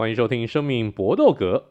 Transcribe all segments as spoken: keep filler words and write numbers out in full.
欢迎收听《生命搏斗格》。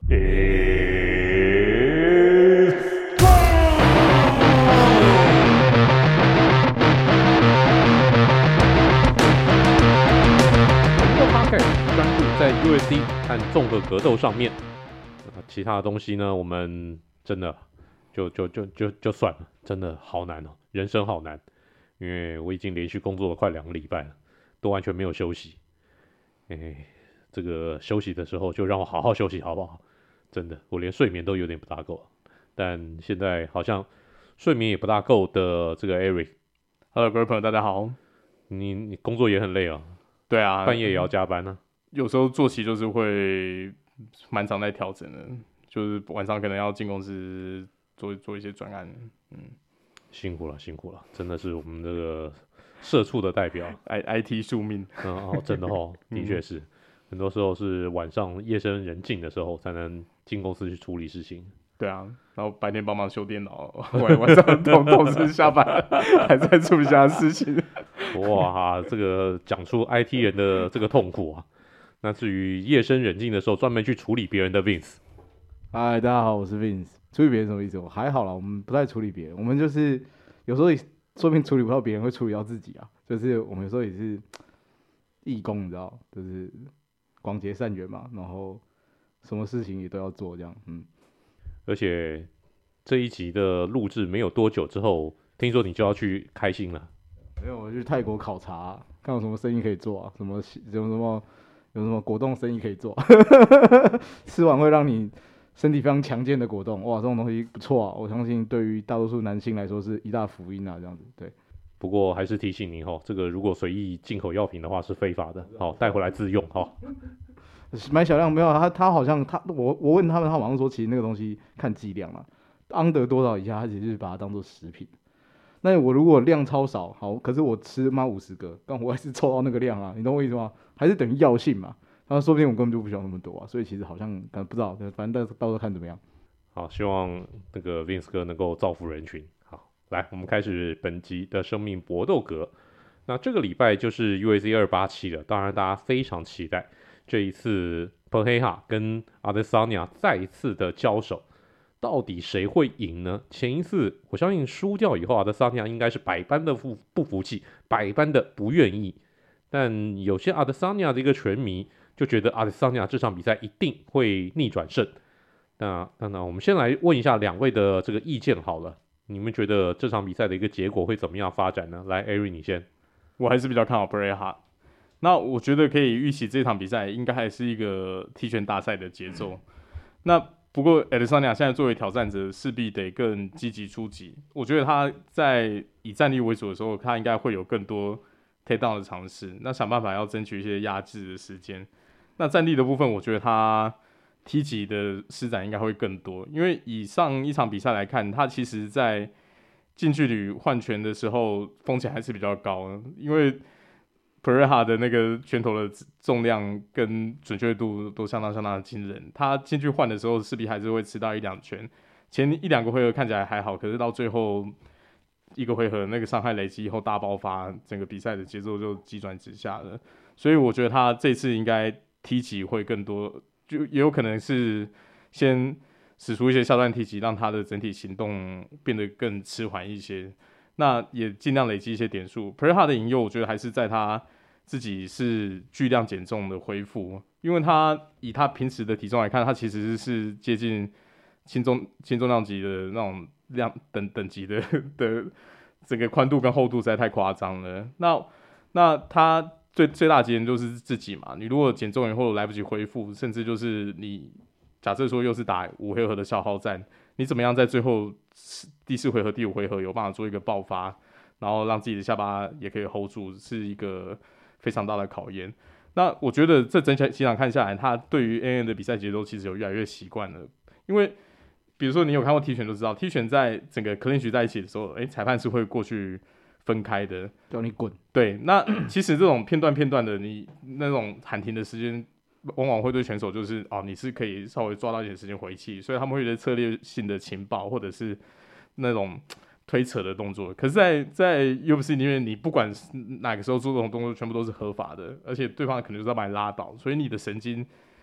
这个 podcast 专注在 U F C 和综合格斗上面，其他的东西呢，我们真的就就就就就算了，真的好难哦，人生好难，因为我已经连续工作了快两个礼拜了，都完全没有休息。哎，这个休息的时候就让我好好休息好不好？真的，我连睡眠都有点不大够，但现在好像睡眠也不大够的这个 Eric，Hello 各位朋友，大家好。 你你工作也很累啊？ 对啊， 半夜也要加班呢、 啊。有时候作息就是会蛮常在调整的，就是晚上可能要进公司做做一些专案。嗯， 辛苦了，辛苦了，真的是我们这个社畜的代表 ，I I T 宿命。 嗯，哦，真的哦，的确是。很多时候是晚上夜深人静的时候才能进公司去处理事情。 对啊，然后白天帮忙修电脑，晚晚上同同事下班还在处理其他事情。 哇，这个讲出 I T 人的这个痛苦啊！那至于夜深人静的时候专门去处理别人的 Vince， 嗨，大家好，我是 Vince。处理别人什么意思？我还好啦，我们不太处理别人，我们就是有时候说不定处理不到别人，会处理到自己啊。就是我们有时候也是义工，你知道，就是广结善缘嘛，然后什么事情也都要做，这样，嗯。 而且这一集的录制没有多久之后，听说你就要去开心了。 没有，我去泰国考察，看有什么生意可以做啊，什么有什么有什么果冻生意可以做，吃完会让你身体非常强健的果冻，哇，这种东西不错啊，我相信对于大多数男性来说是一大福音啊，这样子，对。 不过还是提醒您哦，这个如果随意进口药品的话是非法的，好，带回来自用哈。 买小量没有，他他好像他我我问他们，他马上说其实那个东西看剂量啊，安得多少以下，他其实是把它当做食品。那我如果量超少，好，可是我吃妈五十个，但我还是凑到那个量啊，你懂我意思吗？还是等于药性嘛。那说不定我根本就不需要那么多啊，所以其实好像不知道，反正到到时候看怎么样。 好，希望那个 Vince 哥能够造福人群。好，来，我们开始本集的生命搏斗格。那这个礼拜就是 U F C 二八七了，当然大家非常期待这一次 Pereira 跟 Adesanya 再一次的交手。到底谁会赢呢？前一次我相信输掉以后，Adesanya 应该是百般的不不服气，百般的不愿意。但有些 Adesanya 的一个拳迷就觉得 Adesanya 这场比赛一定会逆转胜。那那那我们先来问一下两位的这个意见好了，你们觉得这场比赛的一个结果会怎么样发展呢？来 ，Ari 你先。 我还是比较看好 Pereira。那我觉得可以预期这场比赛应该还是一个踢拳大赛的节奏。那不过 Adesanya 现在作为挑战者，势必得更积极出击。我觉得他在以战力为主的时候，他应该会有更多 take down 的尝试，那想办法要争取一些压制的时间。那战力的部分，我觉得他踢击的施展应该会更多，因为以上一场比赛来看，他其实在近距离换拳的时候风险还是比较高，因为 Pereira 的那个拳头的重量跟准确度都相当相当的惊人，他进去换的时候势必还是会吃到一两拳，前一两个回合看起来还好，可是到最后一个回合那个伤害累积以后大爆发，整个比赛的节奏就急转直下了，所以我觉得他这次应该踢击会更多，就也有可能是先使出一些下段踢击，让他的整体行动变得更迟缓一些。那也尽量累积一些点数。Pereira 的赢诱，我觉得还是在他自己是巨量减重的恢复，因为他以他平时的体重来看，他其实是接近轻重轻重量级的那种量等等级的的整个宽度跟厚度实在太夸张了。那那他最最大的敌人就是自己嘛。你如果减重以后来不及恢复，甚至就是你假设说又是打五回合的消耗战，你怎么样在最后第四回合、第五回合有办法做一个爆发，然后让自己的下巴也可以 hold 住，是一个非常大的考验。那我觉得这整几场看下来，他对于 A N 的比赛节奏其实有越来越习惯了。因为比如说你有看过踢拳都知道，踢拳在整个 clinch 在一起的时候，哎，裁判是会过去分开的， 叫你滚。 对，那其实这种片段片段的，你那种喊停的时间，往往会对选手就是哦，你是可以稍微抓到一点时间回气，所以他们会有策略性的情报或者是那种推扯的动作。可是在，在在 U F C 里面，你不管哪个时候做这种动作，全部都是合法的，而且对方可能就是要把你拉倒，所以你的神经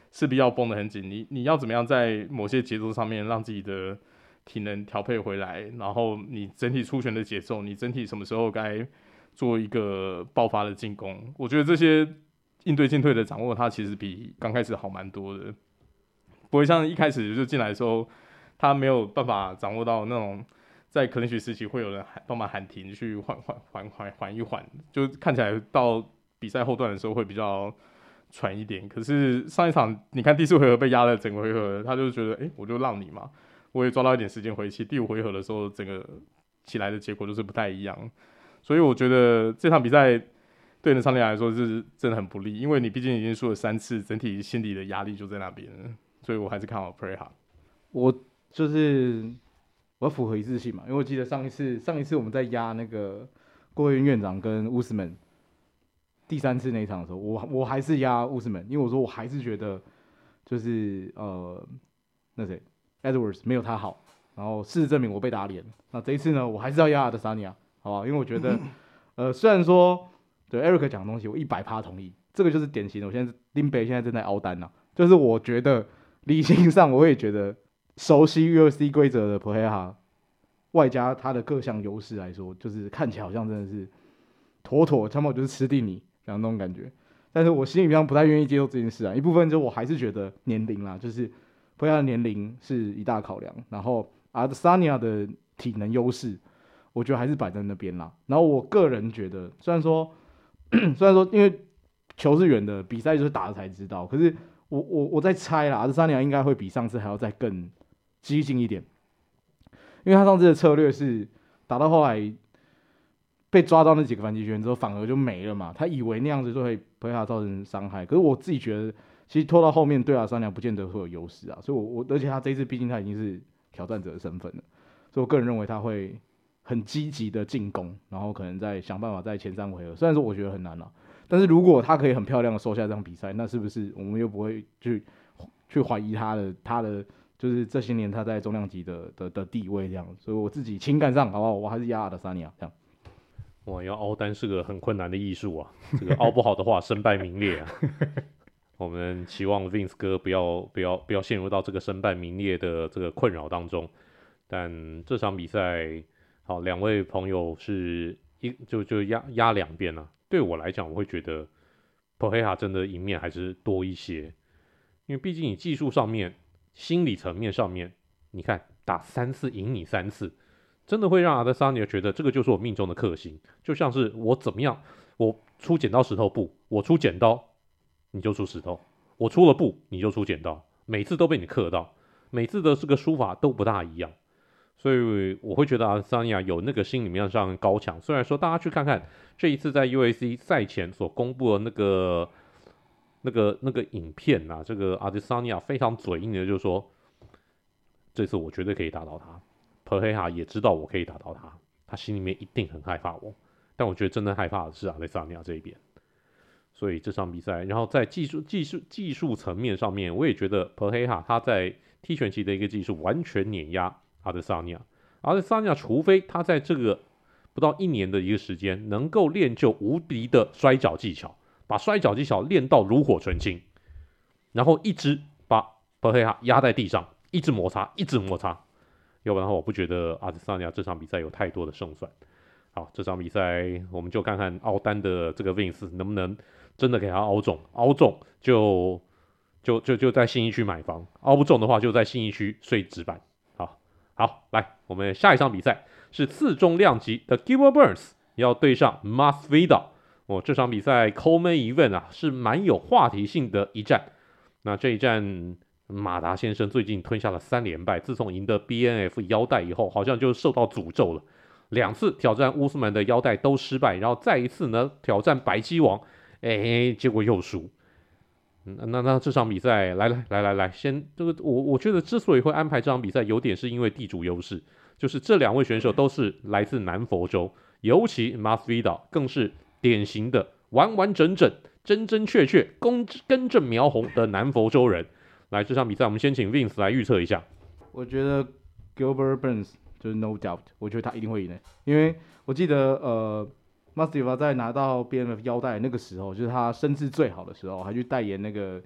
势必要绷得很紧。你你要怎么样在某些节奏上面让自己的体能调配回来，然后你整体出拳的节奏，你整体什么时候该做一个爆发的进攻，我觉得这些应对进退的掌握，它其实比刚开始好蛮多的，不会像一开始就进来的时候，他没有办法掌握到那种在可能许时期会有人帮忙喊停去缓缓缓缓缓一缓，就看起来到比赛后段的时候会比较喘一点。可是上一场你看第四回合被压了整个回合，他就觉得哎、欸，我就让你嘛。我也抓到一点时间回气，第五回合的时候，整个起来的结果就是不太一样，所以我觉得这场比赛对能上联来说是真的很不利，因为你毕竟已经输了三次，整体心理的压力就在那边，所以我还是看好 Pereira。 我就是我要符合一致性嘛，因为我记得上一次上一次我们在压那个郭元院长跟乌斯曼第三次那一场的时候，我我还是压乌斯曼，因为我说我还是觉得就是呃那谁。Edwards 没有他好，然后事实证明我被打脸。那这一次呢，我还是要压阿德萨尼亚，好不好？因为我觉得，呃，虽然说对 Eric 讲的东西，我一百趴同意，这个就是典型的。我现在林北现在正在凹单呐、啊，就是我觉得理性上我也觉得熟悉 U F C 规则的 Pereira， 外加他的各项优势来说，就是看起来好像真的是妥妥，他妈就是吃定你，像那种感觉。但是我心理上不太愿意接受这件事啊，一部分就我还是觉得年龄啦，就是。Pereira 的年龄是一大考量，然后阿德萨尼亚的体能优势，我觉得还是摆在那边啦。然后我个人觉得，虽然说，虽然说，因为球是圆的，比赛就是打了才知道。可是我我我在猜啦，阿德萨尼亚应该会比上次还要再更激进一点，因为他上次的策略是打到后来被抓到那几个反击拳之后，反而就没了嘛。他以为那样子就会不会他造成伤害，可是我自己觉得。其实拖到后面对阿桑尼亚不见得会有优势啊，所以我我而且他这一次毕竟他已经是挑战者的身份了，所以我个人认为他会很积极的进攻，然后可能再想办法在前三回合，虽然说我觉得很难啦，但是如果他可以很漂亮的收下这场比赛，那是不是我们又不会去去怀疑他的他的就是这些年他在重量级的的的地位这样，所以我自己情感上好不好，我还是压阿德萨尼亚这样。 哇，要凹单是个很困难的艺术啊，这个凹不好的话身败名裂啊。我们期望 Vince 哥不要不要不要陷入到这个身败名裂的这个困扰当中。但这场比赛，好，两位朋友是一就就压压两边啊。对我来讲，我会觉得 Pereira 真的赢面还是多一些，因为毕竟你技术上面、心理层面上面，你看打三次赢你三次，真的会让阿德萨尼亚觉得这个就是我命中的克星，就像是我怎么样，我出剪刀石头布，我出剪刀。你就出石头，我出了布，你就出剪刀，每次都被你克到，每次的这个输法都不大一样，所以我会觉得阿德萨尼亚有那个心里面上高强。虽然说大家去看看这一次在 U F C 赛前所公布的那个那个那个影片啊，这个阿德萨尼亚非常嘴硬的就说，这次我绝对可以打到他 ，Pereira 也知道我可以打到他，他心里面一定很害怕我，但我觉得真正害怕的是阿德萨尼亚这一边。所以这场比赛，然后在技术、技术、技术层面上面，我也觉得 Pereira 他在踢拳期的一个技术完全碾压阿德萨尼亚。阿德萨尼亚除非他在这个不到一年的一个时间，能够练就无敌的摔跤技巧，把摔跤技巧练到炉火纯青，然后一直把 Pereira 压在地上，一直摩擦，一直摩擦。要不然的话，我不觉得阿德萨尼亚这场比赛有太多的胜算。好，这场比赛我们就看看凹单的这个 Vince 能不能真的给他凹中，凹中就就就就在信义区买房，凹不中的话就在信义区睡纸板。好，好，来，我们下一场比赛是次重量级的 Gilbert Burns 要对上 Masvidal。哦，这场比赛 Coleman Event 啊是蛮有话题性的一战。那这一战，马达先生最近吞下了三连败，自从赢得 B N F 腰带以后，好像就受到诅咒了。两次挑战乌斯曼的腰带都失败，然后再一次呢挑战白鸡王，哎，结果又输。那那那这场比赛，来来来来来，先这个我我觉得之所以会安排这场比赛，有点是因为地主优势，就是这两位选手都是来自南佛州，尤其 Masvidal 更是典型的完完整整、真真确确、根正苗红的南佛州人。来，这场比赛我们先请 Vince 来预测一下。 我觉得 Gilbert Burns 就是 no doubt， 我觉得他一定会赢的，因为我记得呃 Masvidal 在拿到 B M F 腰带那个时候，就是他身姿最好的时候，还去代言那个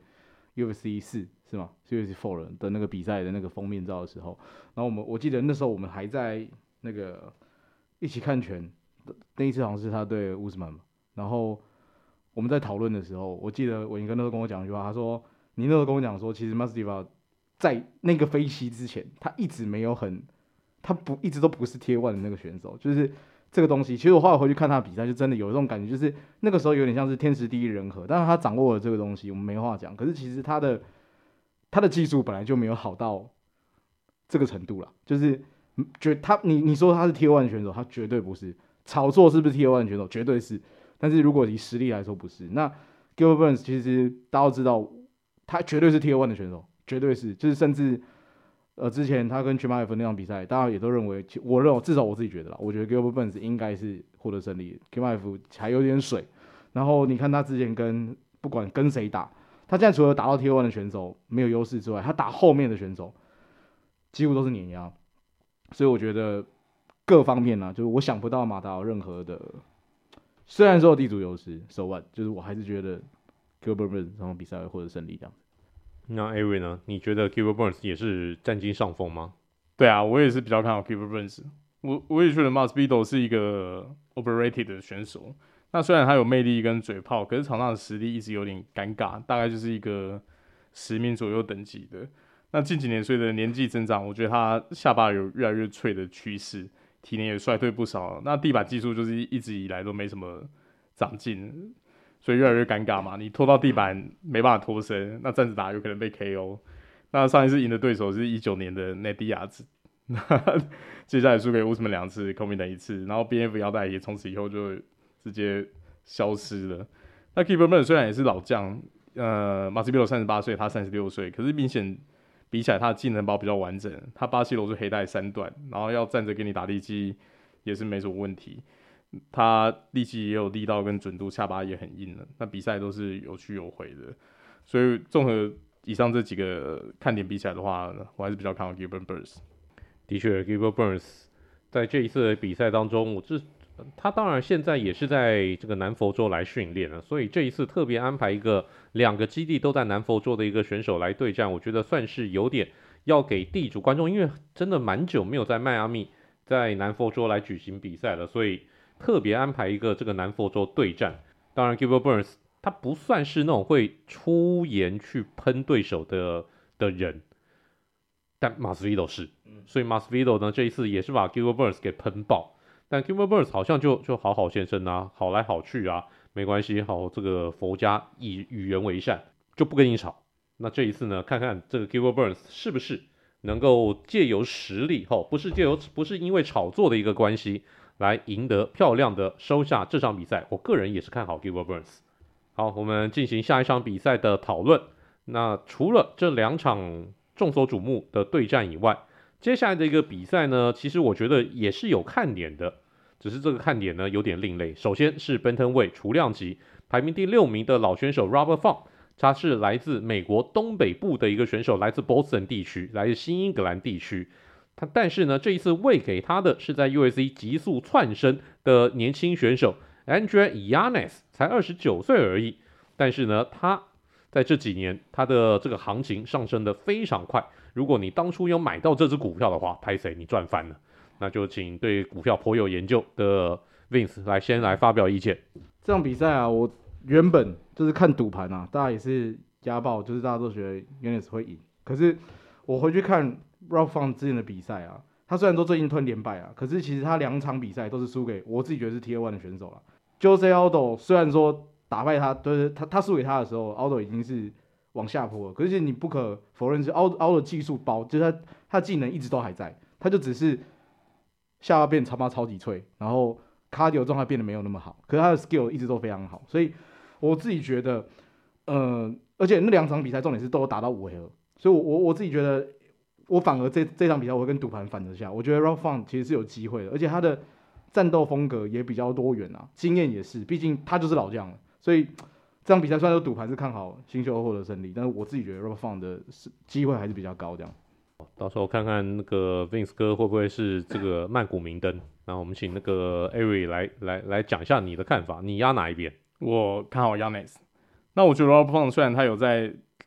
U F C 四是吗？是 U F C 四了的那个比赛的那个封面照的时候，然后我们我记得那时候我们还在那个一起看拳，那一次好像是他对乌斯曼嘛，然后我们在讨论的时候，我记得伟英哥那时候跟我讲一句话，他说你那时候跟我讲说，其实 Masvidal 在那个飞膝之前，他一直没有很，他不一直都不是 Tier One 的那个选手，就是这个东西。其实我后来回去看他的比赛，就真的有这种感觉，就是那个时候有点像是天时地利人和，但是他掌握了这个东西，我们没话讲。可是其实他的他的技术本来就没有好到这个程度了，就是绝他你你说他是 Tier One 选手，他绝对不是。炒作是不是 Tier One 选手？绝对是。但是如果以实力来说，不是。那 Gilbert Burns 其实大家都知道，他绝对是 Tier One 的选手，绝对是。就是甚至呃之前他跟 Chimaev 那场比赛，大家也都认为，我认为至少我自己觉得啦，我觉得 Gilbert Burns 应该是获得胜利 ，Chimaev 还有点水。然后你看他之前跟不管跟谁打，他现在除了打到 Tier One 的选手没有优势之外，他打后面的选手几乎都是碾压。所以我觉得各方面呢，就是我想不到马达有任何的，虽然说有地主优势，so what，就是我还是觉得 Gilbert Burns 这场比赛会获得胜利这样子。 那 Avery 呢？你觉得 Gilbert Burns 也是占尽上风吗？ 对啊，我也是比较看好 Gilbert Burns。我我也觉得 Masvidal 是一个 overrated 的选手。那虽然他有魅力跟嘴炮，可是场上的实力一直有点尴尬，大概就是一个十名左右等级的。那近几年随着年纪增长，我觉得他下巴有越来越脆的趋势，体能也衰退不少。那地板技术就是一直以来都没什么长进，所以越来越尴尬嘛。你拖到地板没办法脱身，那站着打有可能被 K O。那上一次赢的对手是一九年的内迪亚兹，那接下来输给乌斯曼两次 ，Covington 一次，然后 B F 腰带也从此以后就直接消失了。那 Gilbert Burns 虽然也是老将，呃 ，Masvidal 三十八岁，他三十六岁，可是明显比起来他的技能包比较完整。他巴西柔术黑带三段，然后要站着给你打力技也是没什么问题。他力气也有力道跟准度，下巴也很硬了。那比赛都是有去有回的，所以综合以上这几个看点比起来的话，我还是比较看好 Gilbert Burns。 的确 ，Gilbert Burns 在这一次的比赛当中，我这他当然现在也是在这个南佛州来训练了，所以这一次特别安排一个两个基地都在南佛州的一个选手来对战，我觉得算是有点要给地主观众，因为真的蛮久没有在迈阿密在南佛州来举行比赛了，所以特别安排一个这个南佛州对战。当然 ，Gilbert Burns 他不算是那种会出言去喷对手的的人。但 Masvidal 是，所以 Masvidal 呢这一次也是把 Gilbert Burns 给喷爆，但 Gilbert Burns 好像就就好好先生啊，好来好去啊，没关系，好这个佛家以与人为善，就不跟你吵。那这一次呢，看看这个 Gilbert Burns 是不是能够借由实力，吼，不是借由不是因为炒作的一个关系来赢得漂亮的收下这场比赛。我个人也是看好 Gilbert Burns。好，我们进行下一场比赛的讨论。那除了这两场众所瞩目的对战以外，接下来的一个比赛呢，其实我觉得也是有看点的，只是这个看点呢有点另类。首先是 Bantamweight 除量级排名第六名的老选手 Robert Font， 他是来自美国东北部的一个选手，来自 Boston 地区，来自新英格兰地区。他但是呢，这一次喂给他的是在 U F C 急速窜升的年轻选手 Andre Yanez， 才二十九岁而已。但是呢，他在这几年，他的这个行情上升的非常快。如果你当初有买到这只股票的话，拍谁你赚翻了。那就请对股票颇有研究的 Vince 来先来发表意见。 这场比赛啊，我原本就是看赌盘啊，大家也是压爆，就是大家都觉得 Yanez 会赢。可是我回去看 Rob Font 之前的比赛啊，他虽然说最近吞连败啊，可是其实他两场比赛都是输给我自己觉得是 Tier One 的选手了。Jose Aldo 虽然说打败他，就是他他输给他的时候 ，Aldo 已经是往下坡了。可是你不可否认是 Aldo Aldo 的技术包，就是他他的技能一直都还在，他就只是下巴变他妈超级脆，然后 cardio 状态变得没有那么好。可是他的 skill 一直都非常好，所以我自己觉得，呃，而且那两场比赛重点是都有打到五回合，所以我我我自己觉得，我反而这这场比赛我会跟赌盘反着下，我觉得 Rob Font 其实是有机会的，而且他的战斗风格也比较多元啊，经验也是，毕竟他就是老将了。所以这场比赛虽然说赌盘是看好新秀获得胜利，但是我自己觉得 Robert Font 的机会还是比较高。这样， 到时候看看那个 Vince 哥会不会是这个曼谷明灯。那我们请那个 Avery 来来来讲一下你的看法，你压哪一边？ 我看好 Yanez。那我觉得 Robert Font 虽然他有在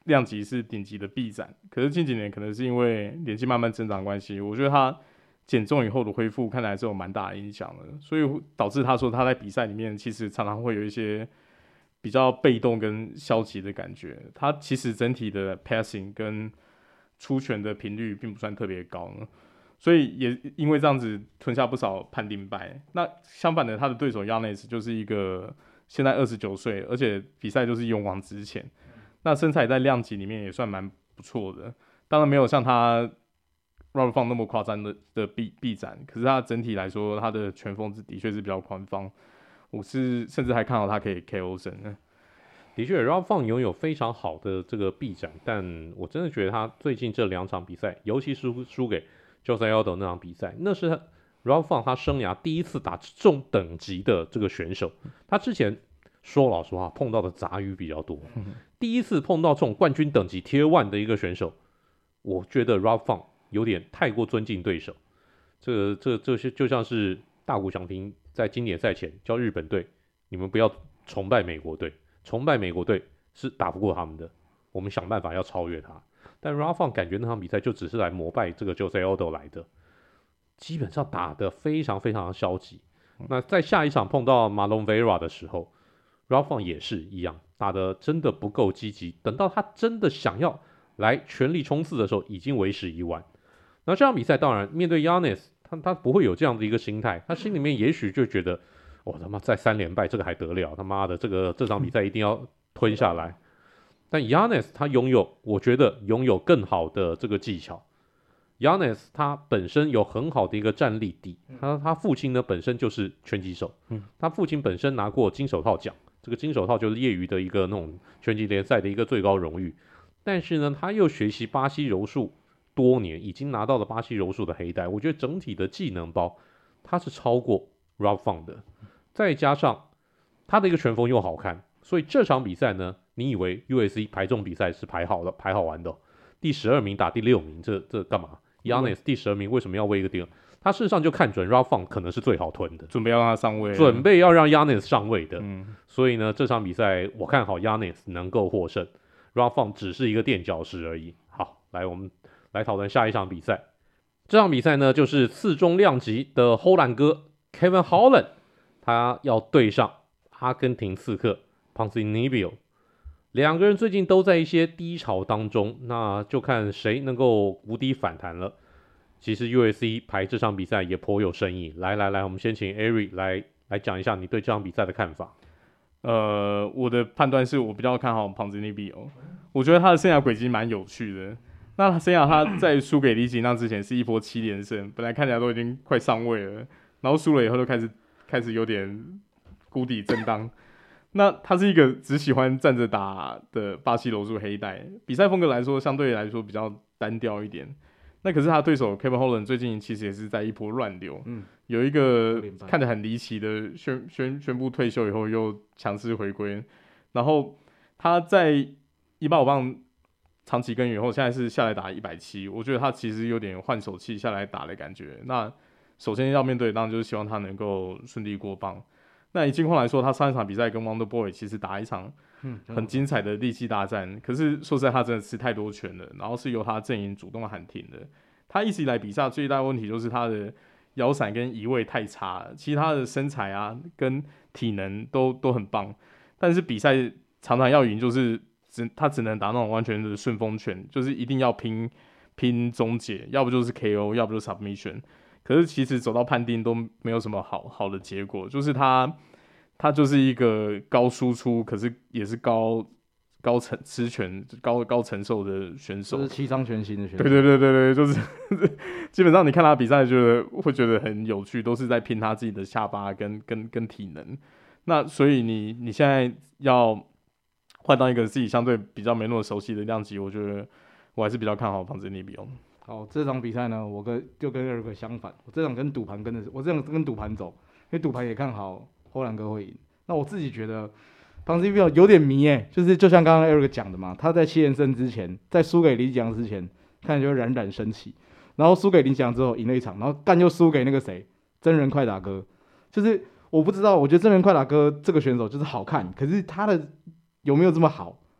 量级是顶级的臂展，可是近几年可能是因为年纪慢慢增长的关系，我觉得他减重以后的恢复看来是有蛮大的影响的，所以导致他说他在比赛里面其实常常会有一些比较被动跟消极的感觉，他其实整体的 passing 跟出拳的频率并不算特别高呢，所以也因为这样子吞下不少判定败。那相反的，他的对手 Giannis 就是一个现在二十九岁，而且比赛就是勇往直前，那身材在量级里面也算蛮不错的，当然没有像他 Robert Font 那么夸张的的臂臂展，可是他整体来说，他的拳风的确是比较宽放。我是甚至还看到他可以 K O 神呢。 的确 ，Robert Font 拥有非常好的这个臂展，但我真的觉得他最近这两场比赛，尤其输输给 Jose Aldo 那场比赛，那是 Robert Font 他生涯第一次打中等级的这个选手。他之前说老实话碰到的杂鱼比较多，第一次碰到这种冠军等级 Tier One 的一个选手，我觉得 Robert Font 有点太过尊敬对手。这个这这些就像是大谷翔平在经典赛前叫日本队，你们不要崇拜美国队，崇拜美国队是打不过他们的，我们想办法要超越他。但 Robert Font 感觉那场比赛就只是来膜拜这个 Jose Aldo 来的，基本上打得非常非常的消极。那在下一场碰到 Marlon Vera 的时候 Robert Font 也是一样，打得真的不够积极，等到他真的想要来全力冲刺的时候，已经为时已晚。那这场比赛当然面对 Giannis， 他他不会有这样的一个心态，他心里面也许就觉得，我、哦、他妈再三连败，这个还得了？他妈的，这个这场比赛一定要吞下来。但 Giannis 他拥有，我觉得拥有更好的这个技巧。Giannis 他本身有很好的一个战力底，他他父亲呢本身就是拳击手，他父亲本身拿过金手套奖，这个金手套就是业余的一个那种拳击联赛的一个最高荣誉。但是呢，他又学习巴西柔术多年，已经拿到了巴西柔术的黑带。我觉得整体的技能包他是超过 Robert Font 的，再加上他的一个拳风又好看，所以这场比赛呢，你以为 U F C 排中比赛是排好了排好玩的、哦，第十二名打第六名，这这干嘛 ？Giannis 第十二名为什么要为一个第二？他事实上就看准 Robert Font 可能是最好吞的， 准备要让他上位， 准备要让 Giannis 上位的。 嗯， 所以呢，这场比赛我看好 Giannis 能够获胜 ，Robert Font 只是一个垫脚石而已。好，来我们来讨论下一场比赛。这场比赛呢，就是次中量级的荷兰哥 Kevin Holland， 他要对上阿根廷刺客 Ponzinibbio。两个人最近都在一些低潮当中，那就看谁能够谷底反弹了。其实 U F C 排这场比赛也颇有深意。来来来，我们先请 Eric 来来讲一下你对这场比赛的看法。 呃，我的判断是我比较看好Ponzinibbio，我觉得他的生涯轨迹蛮有趣的。那他生涯他在输给李锦亮之前是一波七连胜，本来看起来都已经快上位了，然后输了以后就开始开始有点谷底震荡。那他是一个只喜欢站着打的巴西柔术黑带，比赛风格来说相对来说比较单调一点。那可是他的对手 Kevin Holland 最近其实也是在一波乱流，嗯，有一个看得很离奇的 宣, 宣, 宣布退休以后又强势回归，然后他在一八五磅长期耕耘以后，现在是下来打一百七十，我觉得他其实有点换手气下来打的感觉。那首先要面对当然就是希望他能够顺利过磅。那以近况来说，他上一场比赛跟 Wonder Boy 其实打一场很精彩的力气大战，可是说实在他真的吃太多拳了，然后是由他阵营主动喊停的。他一直以来比赛最大的问题就是他的摇闪跟移位太差了，其他的身材啊跟体能都都很棒，但是比赛常常要赢就是只他只能打那种完全的顺风拳，就是一定要拼拼终结，要不就是 K O， 要不就是 submission。可是其实走到判定都没有什么好好的结果，就是他他就是一个高输出，可是也是高高承吃拳、高高承受的选手， 就是七伤全新的选手。 对对对对对，就是基本上你看他比赛，觉得会觉得很有趣，都是在拼他自己的下巴跟跟跟体能。那所以你你现在要换到一个自己相对比较没那么熟悉的量级，我觉得我还是比较看好Ponzinibbio。 好，这场比赛呢，我跟就跟Eric相反，我这场跟赌盘跟的，我这场跟赌盘走，因为赌盘也看好荷兰哥会赢。那我自己觉得Ponzinibbio有点迷诶，就是就像刚刚 Eric 讲的嘛，他在七连胜之前，在输给李奖之前，看起来就冉冉升起，然后输给李奖之后赢了一场，然后干又输给那个谁，真人快打哥，就是我不知道，我觉得真人快打哥这个选手就是好看，可是他的有没有这么好？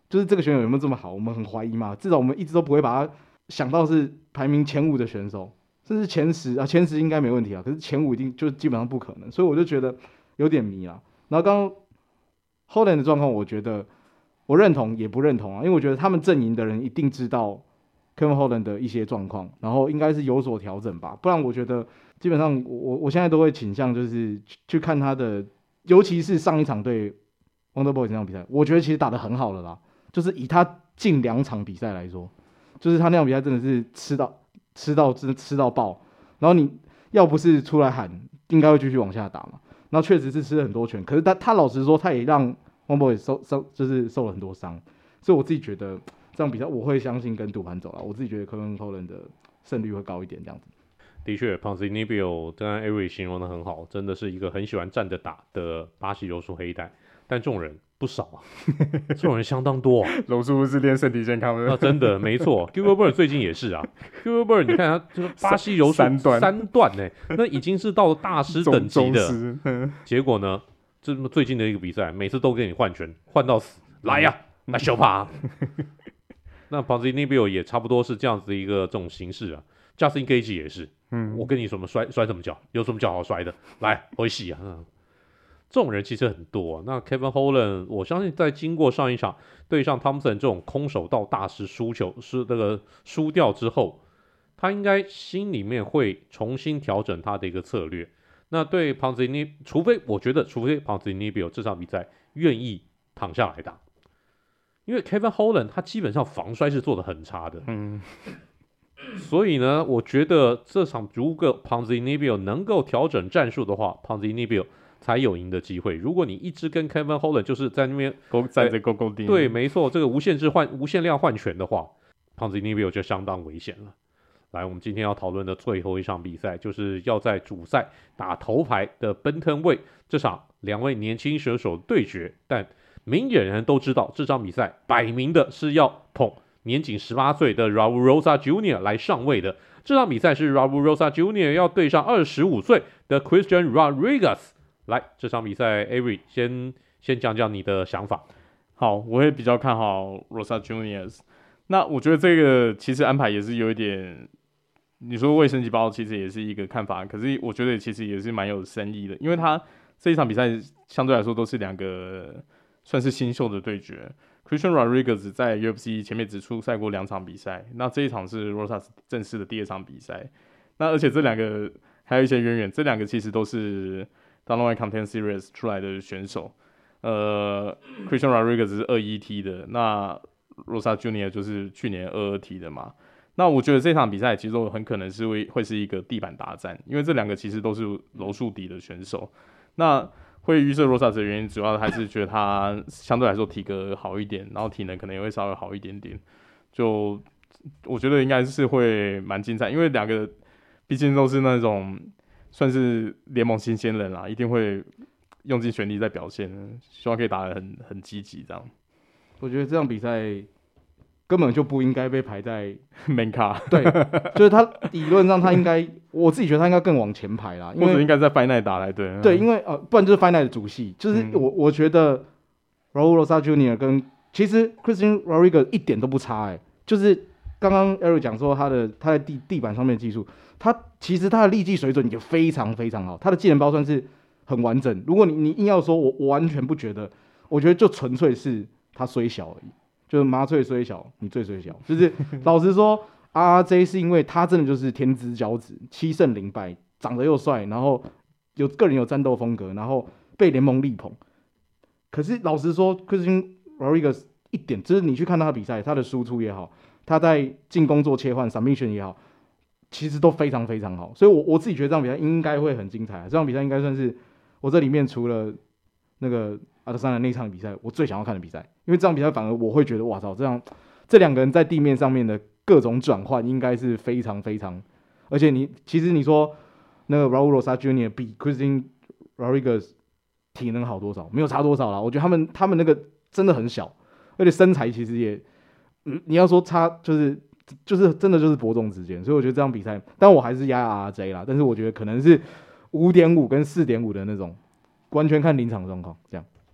就是这个选手有没有这么好，我们很怀疑嘛。至少我们一直都不会把他想到是排名前五的选手，甚至前十啊，前十应该没问题啊。可是前五一定就基本上不可能，所以我就觉得有点迷啦。然后刚刚 Holland 的状况，我觉得我认同也不认同啊，因为我觉得他们阵营的人一定知道 Kevin Holland 的一些状况，然后应该是有所调整吧。不然我觉得基本上我我现在都会倾向就是去看他的，尤其是上一场对 Wonderboy 那场比赛，我觉得其实打得很好了啦。就是以他近两场比赛来说，就是他那场比赛真的是吃到吃到真的吃到爆，然后你要不是出来喊，应该会继续往下打嘛。然后确实是吃了很多拳，可是他他老实说，他也让 Wonderboy 受受就是受了很多伤，所以我自己觉得这场比赛我会相信跟赌盘走了。我自己觉得 Kevin Holland 的胜率会高一点，这样子。 的确 ，Ponzinibbio 刚刚 Avery 形容的很好，真的是一个很喜欢站着打的巴西柔术黑带，但这种人不少啊，这种人相当多啊。 柔术是练身体健康的， 啊，真的没错 ，Gilbert 最近也是啊 ，Gilbert 你看他就是巴西柔术三段三段呢、欸，那已经是到了大师等级的，结果呢，这么最近的一个比赛，每次都给你换拳，换到死，来呀、啊，来小帕。那 Ponzinibbio 也差不多是这样子的一个这种形式啊 ，Justin Gaethje 也是。嗯，我跟你什么摔摔什么跤，有什么跤好摔的，来回洗啊、嗯！这种人其实很多、啊。那 Kevin Holland， 我相信在经过上一场对上 Thompson 这种空手道大师输球是那个输掉之后，他应该心里面会重新调整他的一个策略。那对 Ponzinibbio， 除非我觉得，除非 Ponzinibbio 这场比赛愿意躺下来打，因为 Kevin Holland 他基本上防摔是做得很差的。嗯。所以呢，我觉得这场如果 Ponzinibbio 能够调整战术的话 ，Ponzinibbio 才有赢的机会。如果你一直跟 Kevin Holland 就是在那边站着勾勾地， 对，没错，这个无限制换无限量换拳的话 ，Ponzinibbio 就相当危险了。来，我们今天要讨论的最后一场比赛，就是要在主赛打头牌的奔腾位这场两位年轻选手对决，但明眼人都知道这场比赛摆明的是要捧年仅十八岁的 Raul Rosa Junior 来上位的。这场比赛是 Raul Rosa Junior 要对上二十五岁的 Christian Rodriguez。来，这场比赛 Avery 先先讲讲你的想法。 好，我会比较看好 Rosa Junior。那我觉得这个其实安排也是有一点，你说卫生级包其实也是一个看法，可是我觉得其实也是蛮有深意的，因为他这一场比赛相对来说都是两个算是新秀的对决。Christian Rodriguez 在 U F C 前面只出赛过两场比赛，那这一场是 Rosas 正式的第二场比赛。那而且这两个还有一些渊源，这两个其实都是 Dana White Content Series 出来的选手。呃 ，Christian Rodriguez 是二一 T 的，那 Rosa Junior 就是去年二二 T 的嘛。那我觉得这场比赛其实很可能是会会是一个地板大战，因为这两个其实都是柔术底的选手。那会预设 Rosas 的原因，主要还是觉得他相对来说体格好一点，然后体能可能也会稍微好一点点。就我觉得应该是会蛮精彩，因为两个毕竟都是那种算是联盟新鲜人啦，一定会用尽全力在表现，希望可以打得很很积极这样。 我觉得这场比赛根本就不应该被排在 main card， 对，就是他理论上他应该，我自己觉得他应该更往前排啦，因为或者应该在 Fight Night 打才对。 对，因为呃，不然就是 Fight Night 的主戏，就是我、嗯、我觉得 Raul Rosa Junior 跟其实 Christian Rodriguez 一点都不差哎、欸，就是刚刚 Eric 讲说他的他在地地板上面的技术，他其实他的力技水准也非常非常好，他的技能包算是很完整。如果你你硬要说我我完全不觉得，我觉得就纯粹是他虽小而已。就是麻醉虽小，你最虽小。就是老实说 ，R J 是因为他真的就是天之骄子，七胜零败，长得又帅，然后有个人有战斗风格，然后被联盟力捧。可是老实说 ，Christian Rodriguez 一点，就是你去看他的比赛，他的输出也好，他在进攻做切换 submission 也好，其实都非常非常好。所以我，我我自己觉得这场比赛应该会很精彩、啊。这场比赛应该算是我这里面除了那个阿德桑的那场比赛，我最想要看的比赛，因为这场比赛反而我会觉得，哇操，这样这两个人在地面上面的各种转换，应该是非常非常，而且你其实你说那个 Raul Rosa Junior 比 Christian Rodriguez 体能好多少？没有差多少啦。我觉得他们他们那个真的很小，而且身材其实也，嗯，你要说差就是就是真的就是伯仲之间，所以我觉得这场比赛，但我还是压 R J 啦，但是我觉得可能是五点五跟四点五的那种，完全看临场状况这样。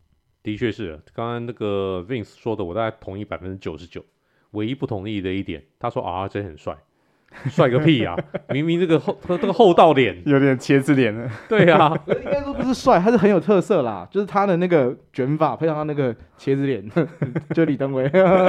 的确是，刚刚那个 Vince 说的，我大概同意百分之九十九。唯一不同意的一点，他说 R J 很帅，帅个屁啊！明明这个厚这个厚道脸有点茄子脸了。 对啊， 应该说不是帅，他是很有特色啦，就是他的那个卷发配上他那个茄子脸，就李登辉。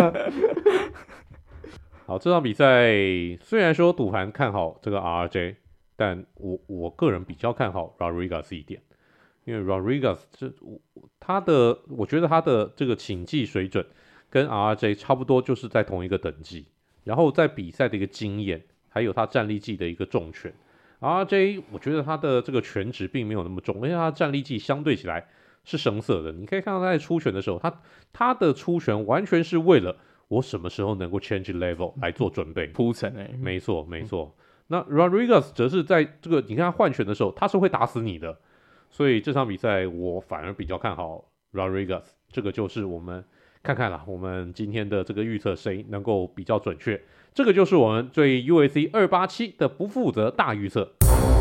好，这场比赛虽然说赌盘看好这个 R J， 但我我个人比较看好 Rodriguez 一点。因为 Rodriguez 这他的，我觉得他的这个请技水准跟 R J 差不多，就是在同一个等级。然后在比赛的一个经验，还有他战力技的一个重拳 ，R J 我觉得他的这个拳值并没有那么重，而且他的战力技相对起来是生涩的。你可以看到他在出拳的时候，他他的出拳完全是为了我什么时候能够 change level 来做准备铺陈哎， 没错没错。嗯、那 Rodriguez 则是在这个你看他换拳的时候，他是会打死你的。所以这场比赛我反而比较看好 Rodriguez， 这个就是我们看看啦，我们今天的这个预测谁能够比较准确，这个就是我们对 U F C 二八七的不负责大预测。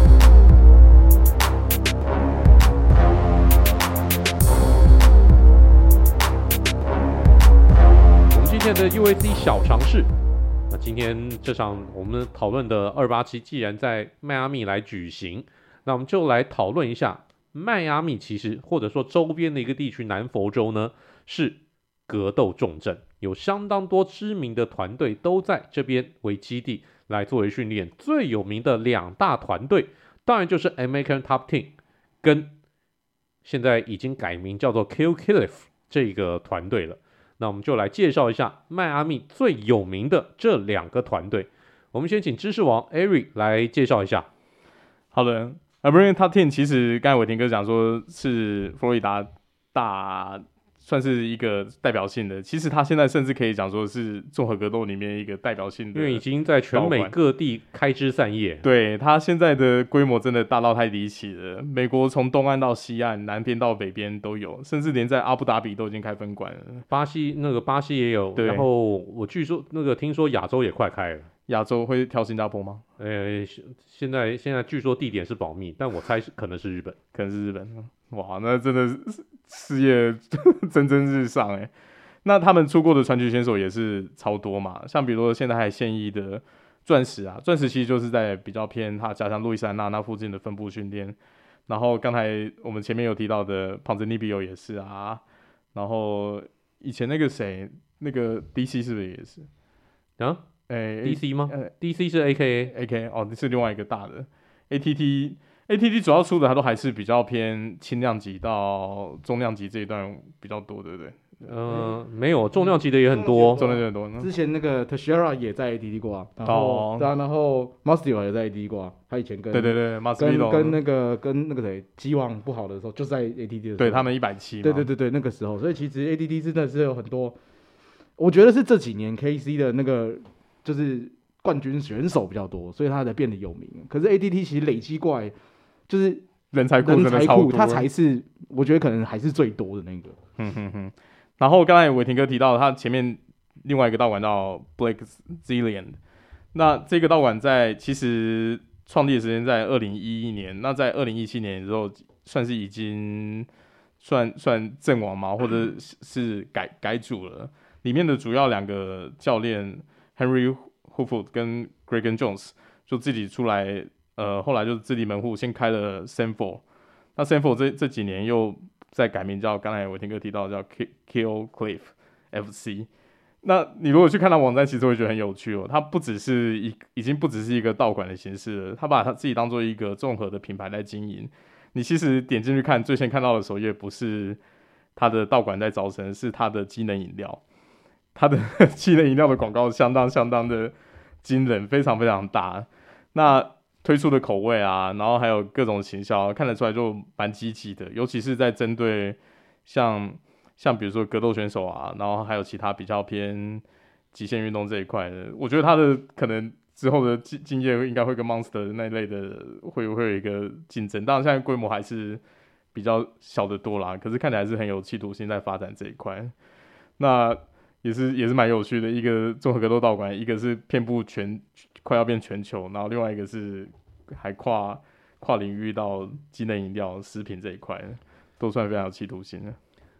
我们今天的 U F C 小尝试，那今天这场我们讨论的二八七既然在迈阿密来举行，那我们就来讨论一下。迈阿密其实或者说周边的一个地区南佛州呢是格斗重镇，有相当多知名的团队都在这边为基地来作为训练。最有名的两大团队当然就是 American Top Team 跟现在已经改名叫做 Kill Cliff 这个团队了。那我们就来介绍一下迈阿密最有名的这两个团队。我们先请知识王 Eric 来介绍一下。 好的。American Top Team 其实刚才伟霆哥讲说是佛罗里达大算是一个代表性的，其实他现在甚至可以讲说是综合格斗里面一个代表性的， 因为已经在全美各地开枝散叶。 对，他现在的规模真的大到太离奇了，美国从东岸到西岸，南边到北边都有，甚至连在阿布达比都已经开分馆了。 巴西那个巴西也有，然后我据说那个听说亚洲也快开了。 亚洲会挑新加坡吗？ 呃，现在现在据说地点是保密，但我猜可能是日本， 可能是日本。哇，那真的是事业蒸蒸日上哎。那他们出过的传奇选手也是超多嘛，像比如说现在还现役的钻石啊，钻石其实就是在比较偏他家乡路易斯安那那附近的分部训练。然后刚才我们前面有提到的胖子尼比欧也是啊，然后以前那个谁，那个 D C 是不是也是啊？ 诶、 欸、，D C 吗、 呃、 ？D C 是 A K A，A K 哦，是另外一个大的 A T T。A T T 主要出的它都还是比较偏轻量级到重量级这一段比较多，对不对？ 呃，没有，重量级的也很多， 重量级很多。 之前那个 Teixeira 也在 A T T 过啊，然后、哦、对啊，然后 Masvidal 也在 A T T 过啊，他以前跟对对对跟跟那个跟那个谁基王不好的时候，就在 A T T 的时候， 对他们一百七， 对对对对，那个时候，所以其实 A T T 真的是有很多，我觉得是这几年 K C 的那个就是冠军选手比较多，所以他才变得有名。可是 A T T 其实累积过来就是人才库真的超多， 他才是我觉得可能还是最多的那个。 哼哼哼。然后刚才伟霆哥提到他前面另外一个道馆叫 Blake Zillion， 那这个道馆在其实创立的时间在二零一一年，那在二零一七年的时候算是已经算算阵亡嘛，或者是改改组了。里面的主要两个教练 Henry Hoofoot 跟 Gregan Jones 就自己出来，呃，后来就自立门户，先开了 Sanford。那 Sanford 这这几年又在改名叫，刚才伟霆哥提到叫 Kill Cliff F C。那你如果去看他网站，其实会觉得很有趣哦。他不只是一，已经不只是一个道馆的形式了，他把他自己当做一个综合的品牌来经营。你其实点进去看，最先看到的首页不是他的道馆在招生，是他的机能饮料。他的机能饮料的广告相当相当的惊人，非常非常大。那推出的口味啊，然后还有各种行销，看得出来就蛮积极的，尤其是在针对像像比如说格斗选手啊，然后还有其他比较偏极限运动这一块的，我觉得他的可能之后的竞业应该会跟 Monster 那一类的会会有一个竞争。当然现在规模还是比较小的多啦，可是看起来还是很有企图心在发展这一块。那也是也是蛮有趣的，一个综合格斗道馆，一个是遍布全快要变全球，然后另外一个是还跨跨领域到机能饮料、食品这一块，都算非常有企图心的。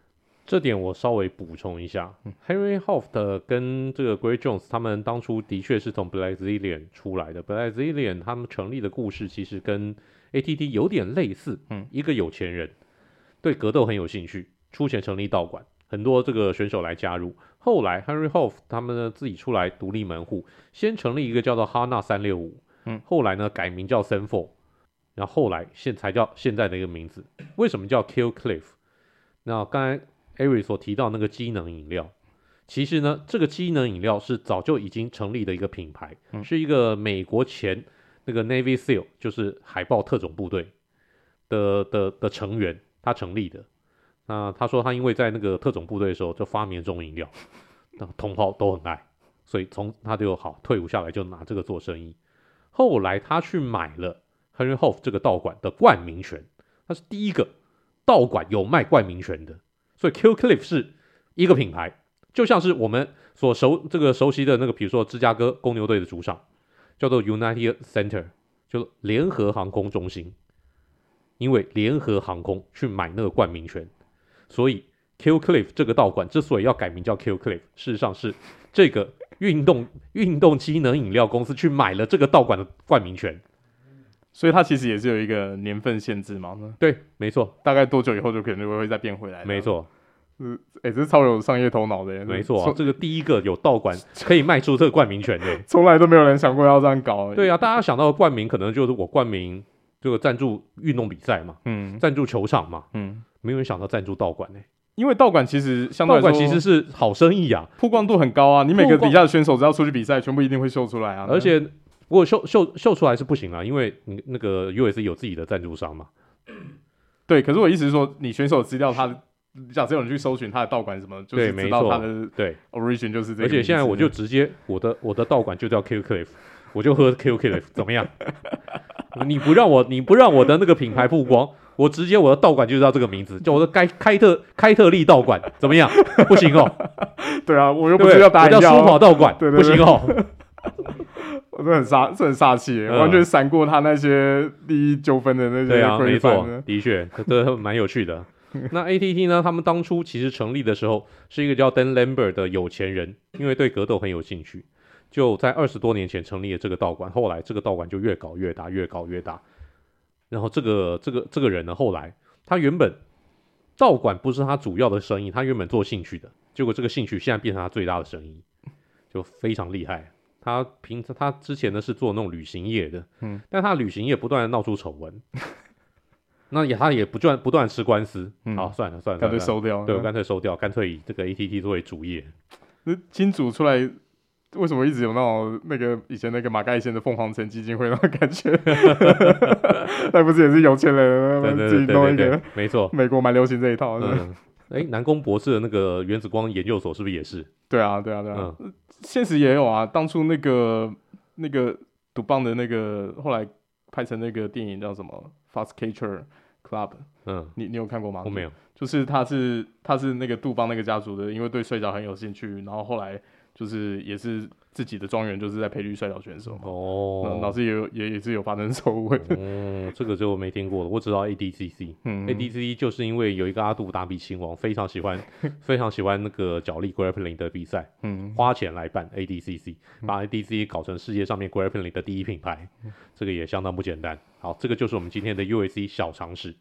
这点我稍微补充一下、嗯、，Henry Hofft 跟这个 Great Jones 他们当初的确是从 Black Zillion 出来的。Black Zillion 他们成立的故事其实跟 A T T 有点类似，嗯，一个有钱人对格斗很有兴趣，出钱成立道馆，很多这个选手来加入。后来 Henry Hofft 他们呢自己出来独立门户，先成立一个叫做 Hana 三六五，嗯，后来呢改名叫 Senfo， 然后后来现才叫现在的一个名字。为什么叫 Kill Cliff？ 那刚才Eric 所提到那个机能饮料，其实呢，这个机能饮料是早就已经成立的一个品牌，嗯、是一个美国前那个 Navy SEAL， 就是海豹特种部队 的, 的, 的成员，他成立的。那他说他因为在那个特种部队的时候就发明这种饮料，那同袍都很爱，所以从他就好退伍下来就拿这个做生意。后来他去买了 Henry Hofft 这个道馆的冠名权，他是第一个道馆有卖冠名权的。所以 Kill Cliff 是一个品牌，就像是我们所熟这个熟悉的那个，比如说芝加哥公牛队的主场叫做 United Center， 就联合航空中心，因为联合航空去买那个冠名权，所以 Kill Cliff 这个道馆之所以要改名叫 Kill Cliff， 事实上是这个运动运动机能饮料公司去买了这个道馆的冠名权。 所以它其实也是有一个年份限制嘛？ 对，没错， 大概多久以后就可能会再变回来。 没错， 嗯，哎、欸，这是超有商业头脑的耶。 没错、啊，这个第一个有道馆可以卖出这个冠名权的， 从来都没有人想过要这样搞。 对啊，大家想到的冠名可能就是我冠名这个赞助运动比赛嘛，嗯，赞助球场嘛，嗯，没有人想到赞助道馆呢。 因为道馆其实相对来说， 道馆其实是好生意啊， 曝光度很高啊。你每个底下的选手只要出去比赛，全部一定会秀出来啊， 而且。不过秀秀秀出来是不行啦，因为你那个 U S C 有自己的赞助商嘛。 对，可是我意思是说，你选手资料，他假设有人去搜寻他的道馆什么，就是知道他的对 origin 就是这个。 而且现在我就直接我的我的道馆就叫 Kill Cliff， 我就喝 Kill Cliff， 怎么样？你不让我你不让我的那个品牌曝光，我直接我的道馆就叫这个名字，叫我的开开特开特利道馆，怎么样？不行哦。 对啊，我又不是要打饮料， 我叫舒跑道馆， 对对对不行哦。 我真的很煞，这很煞气、嗯，完全闪过他那些利益纠纷的那些对啊，没错，的确，这蛮有趣的。那 A T T 呢？他们当初其实成立的时候是一个叫 Dan Lambert 的有钱人，因为对格斗很有兴趣，就在二十多年前成立了这个道馆。后来这个道馆就越搞越大，越搞越大。然后这个这个这个人呢，后来他原本道馆不是他主要的生意，他原本做兴趣的，结果这个兴趣现在变成他最大的生意，就非常厉害。他平他之前呢是做那种旅行业的，嗯，但他的旅行业不断的闹出丑闻，那也他也不断不断吃官司，嗯，好算了算了， 干脆收掉， 对，干脆收掉，干脆以这个 A T T 作为主业。 那金主出来，为什么一直有那种那个以前那个马盖先的凤凰城基金会那种感觉？那不是也是有钱人对对对自己弄一个？ 没错， 美国蛮流行这一套的。 嗯哎，南宫博士的那个原子光研究所是不是也是？ 对啊，对啊，对啊，嗯、现实也有啊。当初那个那个赌棒的那个，后来拍成那个电影叫什么《Fast Catcher Club》？嗯，你你有看过吗？ 我没有。就是他是他是那个杜邦那个家族的，因为对摔跤很有兴趣，然后后来就是也是自己的庄园就是在培育摔跤选手嘛。哦，老师也有也也是有发生丑闻。 哦，这个就我没听过了，我只知道 A D C C。嗯 ，A D C C 就是因为有一个阿杜达比亲王非常喜欢非常喜欢那个角力 grappling 的比赛，嗯，花钱来办 A D C C， 把 A D C C 搞成世界上面 grappling 的第一品牌，这个也相当不简单。好，这个就是我们今天的 U F C 小常识。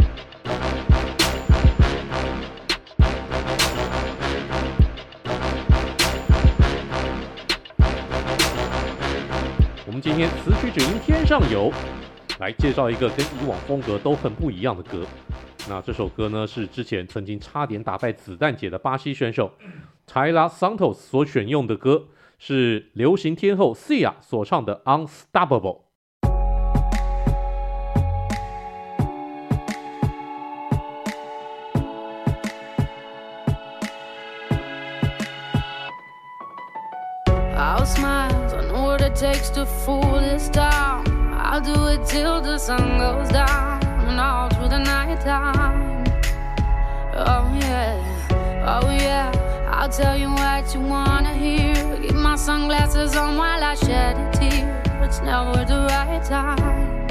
我们今天词曲只应天上有，来介绍一个跟以往风格都很不一样的歌。那这首歌呢，是之前曾经差点打败子弹姐的巴西选手 Taila Santos 所选用的歌，是流行天后 Sia 所唱的 Unstoppable。I'll smile, I know what it takes to fool this town. I'll do it till the sun goes down and all through the night time. Oh yeah, oh yeah, I'll tell you what you wanna hear. Keep my sunglasses on while I shed a tear. It's never the right time.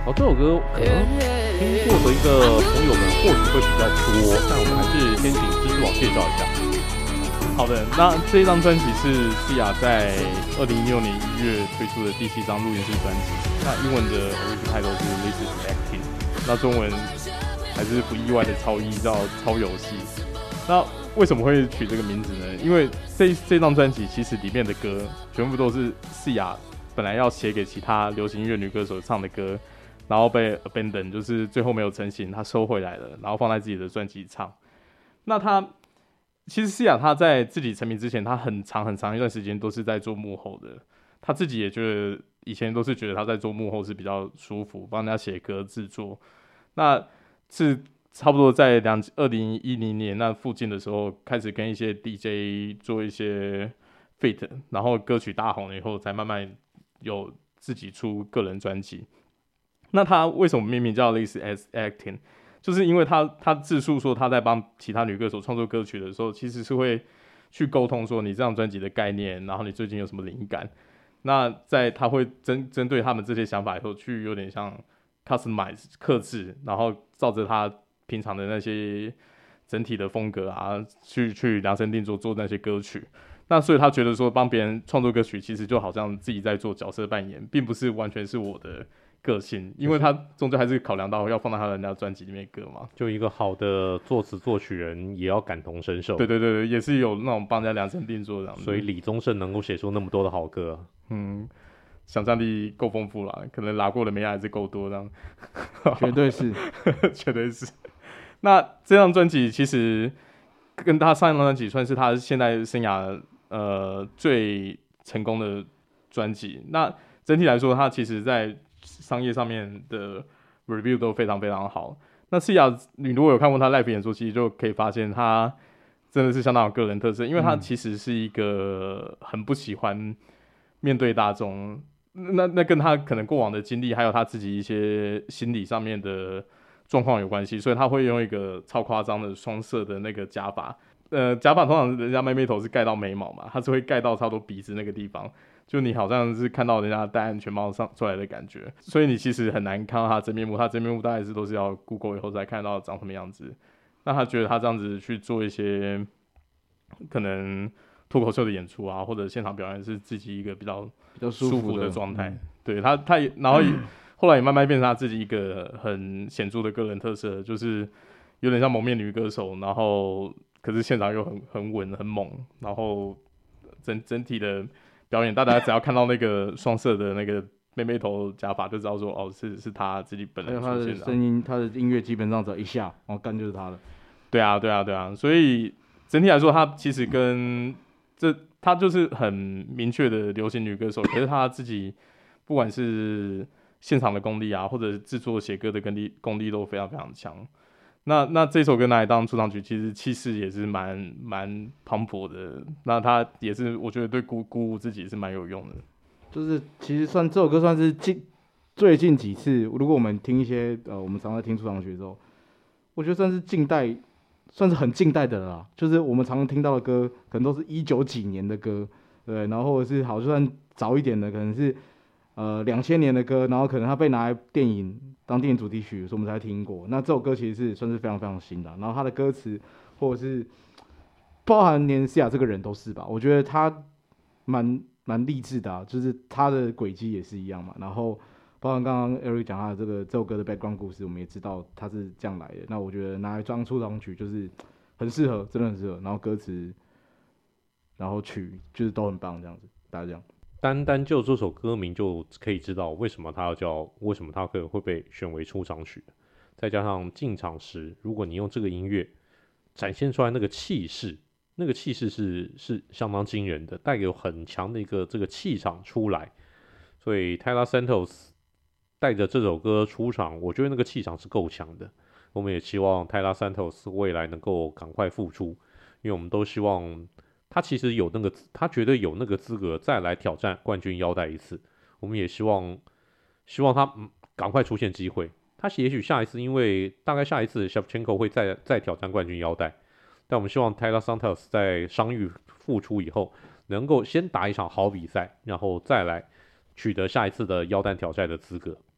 哦，这首歌可能听过的一个朋友们或许会比较多，但我们还是先请蜘蛛网介绍一下。 好的，那这一张专辑是 Sia 在二零一六年一月推出的第七张录音室专辑。那英文的 original title 是 This is Acting， 那中文还是不意外的超译叫超游戏。那为什么会取这个名字呢？因为这这张专辑其实里面的歌全部都是 Sia 本来要写给其他流行音乐女歌手唱的歌，然后被 abandon， 就是最后没有成型，他收回来了，然后放在自己的专辑唱。那他其实 Sia 他在自己成名之前，他很长很长一段时间都是在做幕后的，他自己也觉得以前都是觉得他在做幕后是比较舒服，帮人家写歌制作。那是差不多在二零一零年那附近的时候，开始跟一些 D J 做一些 feat， 然后歌曲大红了以后，才慢慢有自己出个人专辑。那他为什么命名叫 This is Acting？ 就是因为他他自述说他在帮其他女歌手创作歌曲的时候，其实是会去沟通说你这张专辑的概念，然后你最近有什么灵感。那在他会针针对他们这些想法以后，去有点像 customize 客制，然后照着他平常的那些整体的风格啊，去去量身定做做那些歌曲。那所以他觉得说帮别人创作歌曲，其实就好像自己在做角色扮演，并不是完全是我的个性，因为他终究还是考量到要放到他人家专辑里面的歌嘛。 就一个好的作词作曲人也要感同身受。 对对对对，也是有那种帮人家量身定做这样子。 所以李宗盛能够写出那么多的好歌， 嗯，想象力够丰富啦，可能拿过的梅亚还是够多这样。 绝对是， 绝对是。那这张专辑其实跟他上一张专辑算是他现在生涯呃最成功的专辑。那整体来说，他其实在商业上面的 review 都非常非常好。那 Sia 你如果有看过他 live 演出，其实就可以发现他真的是相当有个人特色，因为他其实是一个很不喜欢面对大众。那那跟他可能过往的经历，还有他自己一些心理上面的状况有关系，所以他会用一个超夸张的双色的那个假发。呃，假发通常人家妹妹头是盖到眉毛嘛，他是会盖到差不多鼻子那个地方，就你好像是看到人家戴安全帽上出来的感觉，所以你其实很难看到他真面目。他真面目大概是都是要 Google 以后才看到长什么样子。那他觉得他这样子去做一些可能脱口秀的演出啊，或者现场表演，是自己一个比较比较舒服的状态。 嗯、 对他，他也然后也、嗯、后来也慢慢变成他自己一个很显著的个人特色，就是有点像蒙面女歌手，然后可是现场又很很稳很猛，然后整整体的表演，大家只要看到那个双色的那个妹妹头假发，就知道说哦是是他自己本人出现的。 还有他的声音，他的音乐基本上只要一下，然后干就是他的。 对啊，对啊，对啊，所以整体来说，他其实跟这他就是很明确的流行女歌手，可是他自己不管是现场的功力啊，或者制作写歌的功力功力都非常非常强。那那这首歌拿来当出场曲，其实气势也是蛮蛮磅礴的。那他也是我觉得对鼓鼓舞自己是蛮有用的。 就是其实算这首歌算是近最近几次，如果我们听一些呃我们常在听出场曲的时候，我觉得算是近代。算是很近代的了啦，就是我们常常听到的歌，可能都是一九几年的歌，对，然后或者是好就算早一点的，可能是呃两千年的歌，然后可能它被拿来电影当电影主题曲，所以我们才听过。那这首歌其实是算是非常非常新的，然后它的歌词或者是包含连Sia这个人都是吧，我觉得他蛮蛮励志的啊，就是他的轨迹也是一样嘛，然后。包含刚刚 Eric 讲他的这个这首歌的 background 故事，我们也知道他是这样来的。那我觉得拿来当出场曲就是很适合，真的很适合。然后歌词，然后曲就是都很棒，这样子，大家这样。 单单就这首歌名就可以知道为什么它要叫，为什么它可能会被选为出场曲。再加上进场时，如果你用这个音乐展现出来那个气势，那个气势是是相当惊人的，带有很强的一个这个气场出来。所以 Taylor Santos。带着这首歌出场，我觉得那个气场是够强的。我们也希望泰拉山头斯未来能够赶快复出，因为我们都希望他其实有那个，他绝对有那个资格再来挑战冠军腰带一次。我们也希望，希望他嗯赶快出现机会。他也许下一次，因为大概下一次 Shevchenko 会再再挑战冠军腰带，但我们希望泰拉山头斯在伤愈复出以后，能够先打一场好比赛，然后再来取得下一次的腰带挑战的资格。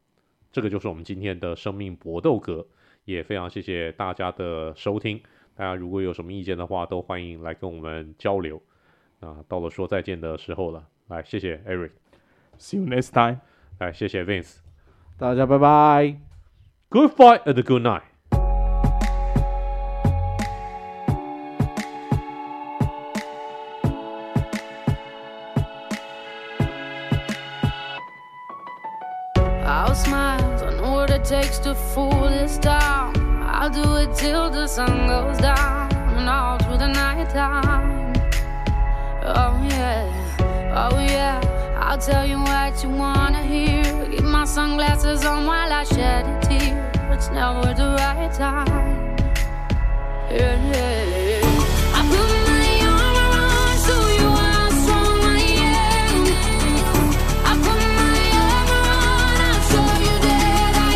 这个就是我们今天的生命搏斗格，也非常谢谢大家的收听。大家如果有什么意见的话，都欢迎来跟我们交流。那到了说再见的时候了，来谢谢 Eric，See you next time。 来谢谢 Vince， 大家拜拜 ，Good fight and good night。 I'll smile, I know what it takes to fool this town. I'll do it till the sun goes down and all through the night time. Oh yeah, oh yeah, I'll tell you what you wanna hear. Keep my sunglasses on while I shed a tear. It's never the right time. Yeah, yeah, yeah. I put my arm around, show you how strong I am. I put my arm around, I'll show you that I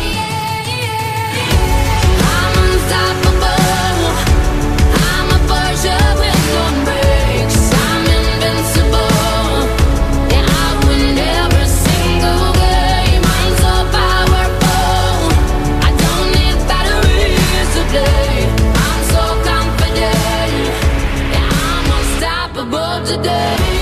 am. I'm unstoppable. I'm a Porsche with no brakes. I'm invincible. Yeah, I win every single game. I'm so powerful. I don't need batteries today. I'm so confident. Yeah, I'm unstoppable today.